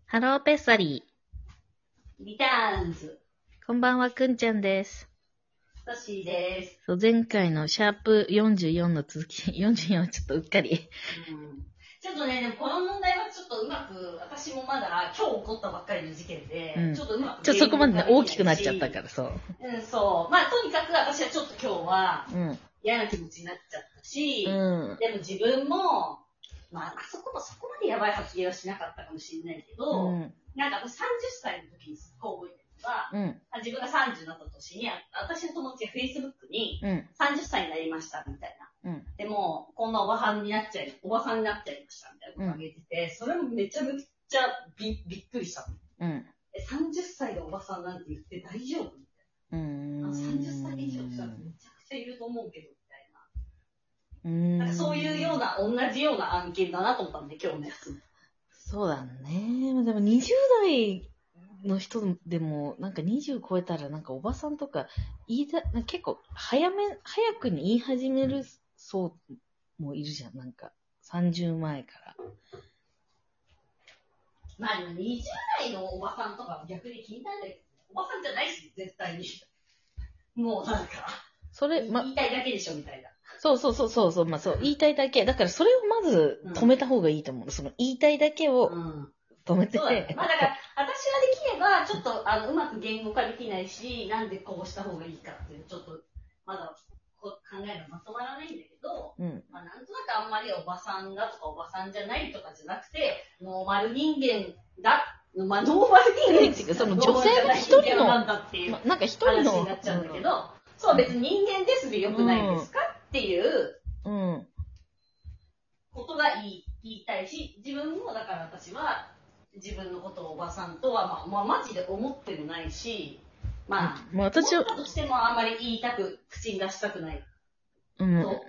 ハローペッサリリターンズ、 ー。こんばんは、くんちゃんです。 トシーです。 そう、前回のシャープ44の続き、44はちょっとうっかり。 ちょっとね、でもこの問題はちょっとうまく、私もまだ今日起こったばっかりの事件で、ちょっとうまくそこまでね、大きくなっちゃったら。 から、そう。 そう。まあ、とにかく私はちょっと今日は嫌な気持ちになっちゃったし、でも自分も、まあ、そこまでやばい発言はしなかったかもしれないけど、なんか私30歳の時にすっごい覚えてるのが、自分が30になった年に、私の友達が Facebook に30歳になりましたみたいな。でも、こんなおばさんになっちゃいましたみたいなことをあげてて、それもめちゃめちゃびっくりしたの。30歳でおばさんなんて言って大丈夫みたいな。30歳以上ってめちゃくちゃいると思うけど、なんかそういうような、同じような案件だなと思ったんで、今日のやつ。 そうだね。でも20代の人でも、なんか20超えたら、なんかおばさんとか結構早くに言い始める層もいるじゃん。なんか30前から。 まあでも20代のおばさんとか逆に気にならない。おばさんじゃないし、絶対に。もうなんか、言いたいだけでしょ、みたいな。 そう、まあそう、言いたいだけ。だからそれをまず止めた方がいいと思う。その言いたいだけを止めて。 そうだね。まあだから、私はできれば、ちょっとうまく言語化できないし、なんでこうした方がいいかっていう、ちょっと、まだ考えがまとまらないんだけど、まあなんとなくあんまりおばさんだとかおばさんじゃないとかじゃなくて、ノーマル人間だ。まあノーマル人間ってその女性の一人の、 なんだっていうなんか一人の話になっちゃうんだけど、そう別に人間ですでよくないですかっていうことが言いたいし、自分もだから私は自分のことをおばさんとはまあマジで思ってもないし、まあ私は思ったとしてもあんまり口に出したくないと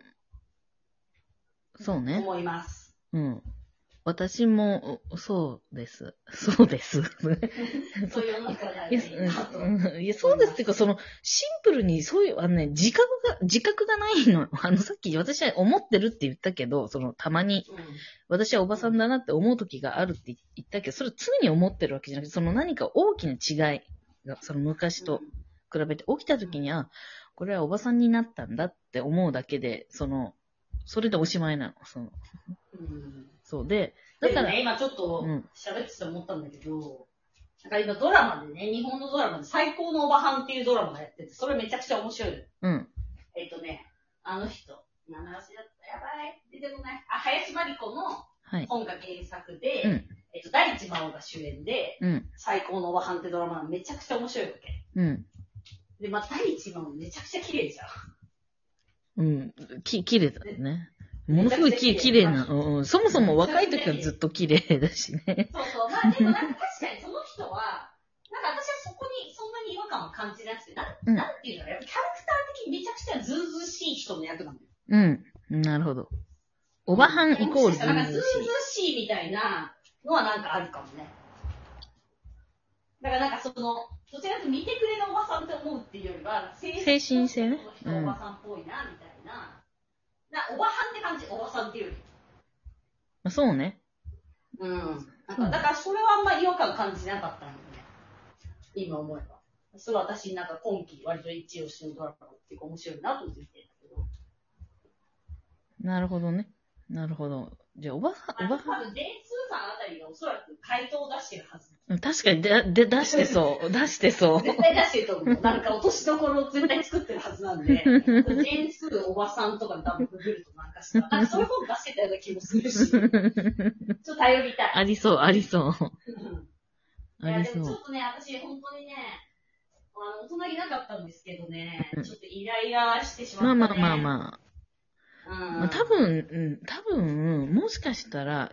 思います。 私も、そうです。そうです。 そういうのがないいや、そうですっていうか、シンプルに、そういう、自覚がないの。さっき私は思ってるって言ったけど、たまに、私はおばさんだなって思う時があるって言ったけど、それ常に思ってるわけじゃなくて、何か大きな違いが、昔と比べて起きた時に、これはおばさんになったんだって思うだけで、それでおしまいなの。そうで、 だからね、今ちょっと喋ってて思ったんだけど、なんか今ドラマでね、日本のドラマで最高のおばはんっていうドラマがやってて、それめちゃくちゃ面白いの。あの人、名前忘れちゃった、やばい、出てこない。林真理子の本が原作で、大地真央が主演で、最高のおばはんってドラマがめちゃくちゃ面白いわけ。で、まあ、大地真央めちゃくちゃ綺麗じゃん。 綺麗だね。ものすごい綺麗な、そもそも若い時はずっと綺麗だしね。 そう。まあでもなんか確かにその人は、なんか私はそこにそんなに違和感を感じなくて、なんていうのか、やっぱキャラクター的にめちゃくちゃずうずうしい人の役なんだよ。 なるほど。おばはんイコールずうずうしい。 なんかずうずうしいみたいなのはなんかあるかもね。だからなんかどちらかというと見てくれのおばさんって思うっていうよりは、 精神性ね。 おばさんっぽいな、みたいな。おばはんって感じ、おばさんっていうより。 そうね。 だからそれはあんま違和感感じなかったんだよね。今思えば。それは私なんか今期割と一押しのドラマが結構面白いなと思って見てるんだけど。 なるほどね。なるほど。じゃあおばはん。 多分、電通さんあたりがおそらく回答を出してるはず。 確かに出してそう。 絶対出してると思う。なんか落としどころを絶対作ってるはずなんで、電通おばさんとかに多分ググるとなんかしたら、なんかそういう本出してたような気もするし、ちょっと頼りたい。 ありそう。 いや、でもちょっとね、私本当にね、大人げなかったんですけどね、ちょっとイライラしてしまったね。 まあ。多分、もしかしたら、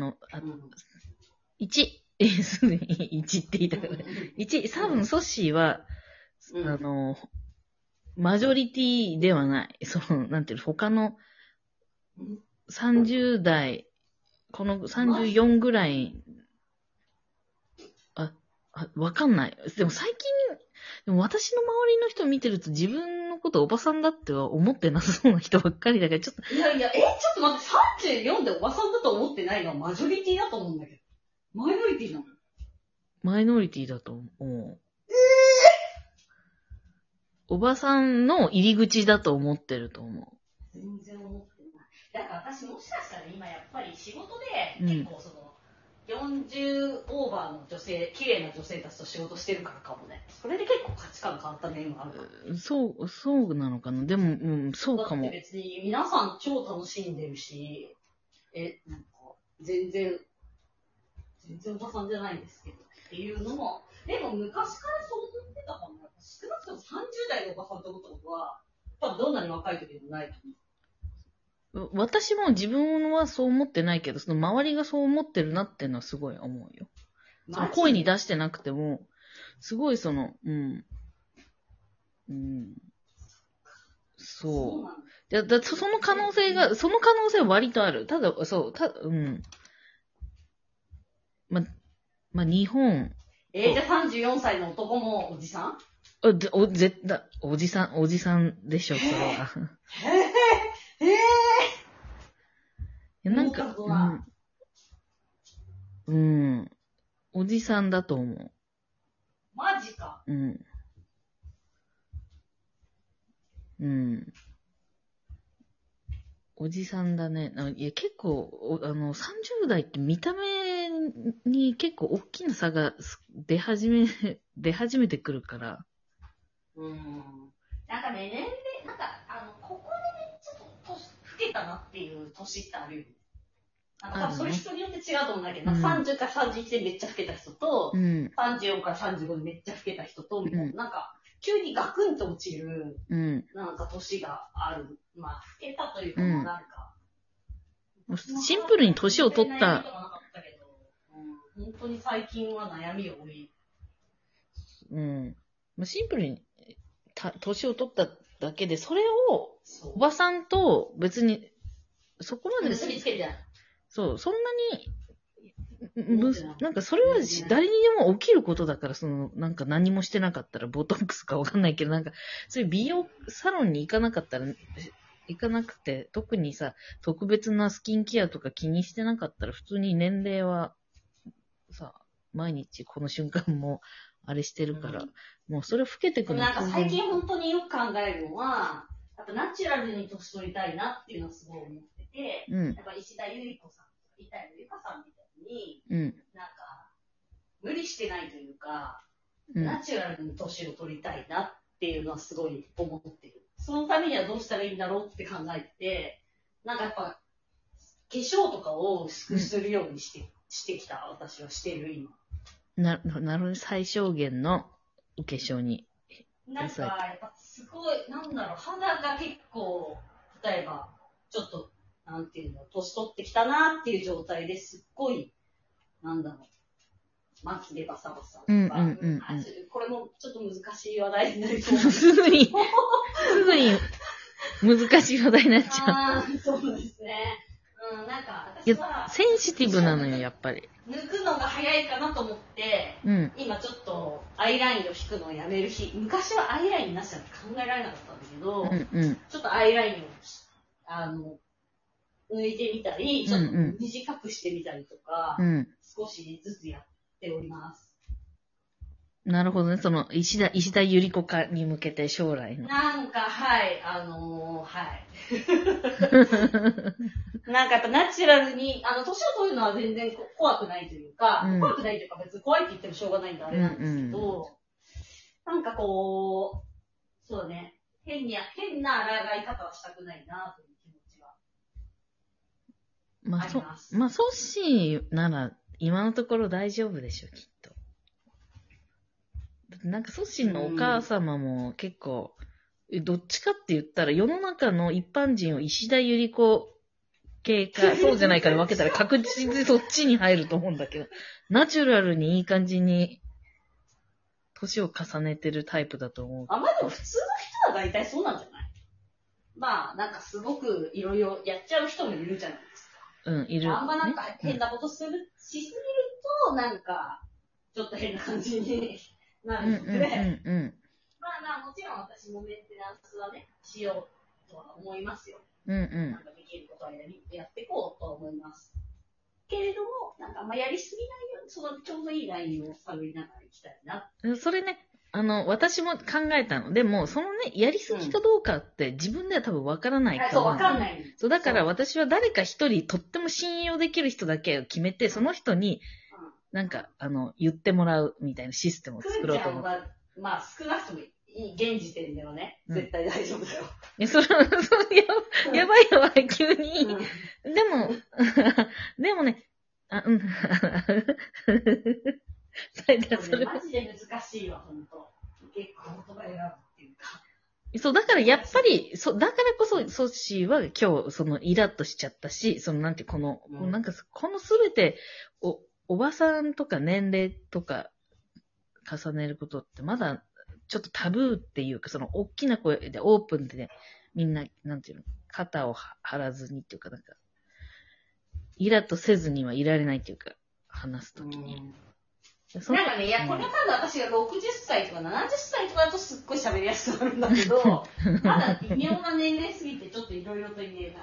すぐに1って言いたくない。多分、ソッシーは、マジョリティではない。なんていうの、他の30代、この34ぐらい、わかんない。でも最近、私の周りの人見てると自分のことおばさんだっては思ってなさそうな人ばっかりだからちょっと。 いや、ちょっと待って、34でおばさんだと思ってないのはマジョリティだと思うんだけど。マイノリティなの？ マイノリティだと思う。おばさんの入り口だと思ってると思う。 全然思ってない。だから私もしかしたら今やっぱり仕事で結構その、40オーバーの女性、綺麗な女性たちと仕事してるからかもね。それで結構価値観変わった面がある。 そうなのかな。でも、そうかも。 だって別に皆さん超楽しんでるし、なんか、全然おばさんじゃないんですけど、っていうのも、でも昔からそう思ってたかも。少なくとも30代のおばさんと思ったことは、多分どんなに若い時でもないと思う。 私も自分はそう思ってないけど、その周りがそう思ってるなっていうのはすごい思うよ。その声に出してなくても、すごいその、そう。その可能性は割とある。ただ、日本。 じゃあ34歳の男もおじさん？ おじさんでしょ、それは。なんか、おじさんだと思う。 マジか。 おじさんだね。いや、結構、30代って見た目に結構大きな差が出始めてくるから。 なんかね、年齢、なんか、ここでめっちゃ老けたなっていう年ってあるよね。なんかそれ人によって違うと思うんだけど、30から31でめっちゃ老けた人と、34から35でめっちゃ老けた人と、みたいな、なんか、急にガクンと落ちる、なんか年がある。まあ、老けたというか、なんか、 シンプルに年を取った。 本当に最近は悩みが多い。 シンプルに年を取っただけで、それをおばさんと別にそこまで結びつけてない。 そう、そんなになんかそれは誰にでも起きることだから、なんか何もしてなかったらボトックスかわかんないけど、なんかそういう美容サロンに行かなくて、特にさ、特別なスキンケアとか気にしてなかったら、普通に年齢はさ、毎日この瞬間もあれしてるから、もうそれ老けてくるの。 なんか最近本当によく考えるのは、やっぱナチュラルに年取りたいなっていうのはすごい思ってて、やっぱ石田ゆり子さんとか板谷由香さんみたいに、なんか無理してないというか、ナチュラルに年を取りたいなっていうのはすごい思ってる。そのためにはどうしたらいいんだろうって考えて、なんかやっぱ化粧とかを薄くするようにしてきた、私はしてる今。 なるほど、最小限のお化粧に。 なんか、やっぱすごい、なんだろう、肌が結構、例えば、ちょっと、なんていうの、年取ってきたなっていう状態ですっごい、なんだろう、まつげバサバサとか、これもちょっと難しい話題になりそうな。 すぐに難しい話題になっちゃう。そうですね。なんか、私は、 センシティブなのよ、やっぱり。 抜くのが早いかなと思って、今ちょっとアイラインを引くのをやめる日、昔はアイラインなしなんて考えられなかったんだけど、ちょっとアイラインを抜いてみたり、ちょっと短くしてみたりとか、少しずつやっております。 なるほどね。その、石田ゆり子化に向けて将来の。 なんか、はい。なんかやっぱナチュラルに、年を取るのは全然怖くないというか、怖くないというか別に怖いって言ってもしょうがないんであれなんですけど、なんかこう、そうだね。変な抗い方はしたくないなという気持ちはあります。 ソッシーなら今のところ大丈夫でしょ、きっと。なんかソッシーのお母様も結構、どっちかって言ったら世の中の一般人を石田ゆり子系か、そうじゃないかで分けたら確実にそっちに入ると思うんだけど、ナチュラルにいい感じに年を重ねてるタイプだと思う。 まあでも普通の人は大体そうなんじゃない？まあなんかすごくいろいろやっちゃう人もいるじゃないですか。 いる。 あんまなんか変なことしすぎると、なんか、ちょっと変な感じになるので、まあもちろん私もメンテナンスはね、しようとは思いますよ。なんかできることはやっていこうとは思います。けれども、なんかやりすぎないようそのちょうどいいラインを探りながら行きたいな。 それね、私も考えたの。でも、そのね、やりすぎかどうかって自分では多分わからないから。そう、わかんない。 そう、だから私は誰か一人とっても信用できる人だけを決めて、その人に、なんか、言ってもらうみたいなシステムを作ろうと思って。 まあ、少なくともいい、現時点ではね、絶対大丈夫だよ。 やばい、急に。でもね、 それマジで難しいわ、ほんと。結構言葉選ぶっていうか。 そう、だからやっぱり、だからこそ、ソッシーは今日、イラッとしちゃったし、なんて、このすべて、おばさんとか年齢とか重ねることってまだちょっとタブーっていうか、大きな声でオープンで、ね、みんな、なんていうの、肩を張らずにっていうか、なんか、イラッとせずにはいられないっていうか、話すときに。 なんかね、いや、これは多分私が60歳とか70歳とかだとすっごい喋りやすくなるんだけど、まだ微妙な年齢すぎてちょっといろいろと言えない。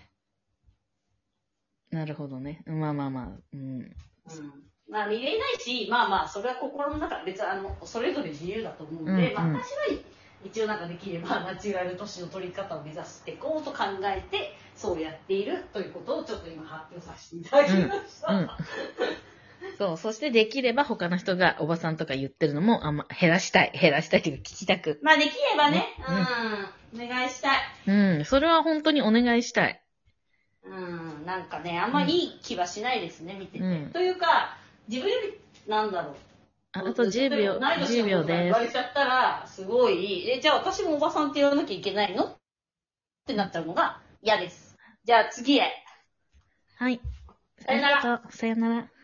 なるほどね。まあ。 まあ見れないし、まあ、それは心の中で別にそれぞれ自由だと思うんで、まあ私は一応なんかできればナチュラル年の取り方を目指していこうと考えて、そうやっているということをちょっと今発表させていただきました。 そう、そしてできれば他の人がおばさんとか言ってるのも減らしたいというか聞きたく。 まあできればね、お願いしたい。 それは本当にお願いしたい。 なんかね、あんまいい気はしないですね、見てて。というか、自分より、なんだろう。 あと10秒、10秒です。 言われちゃったら、すごい、じゃあ私もおばさんって言わなきゃいけないのってなっちゃうのが嫌です。じゃあ次へ。 はい。 さよなら。 さよなら。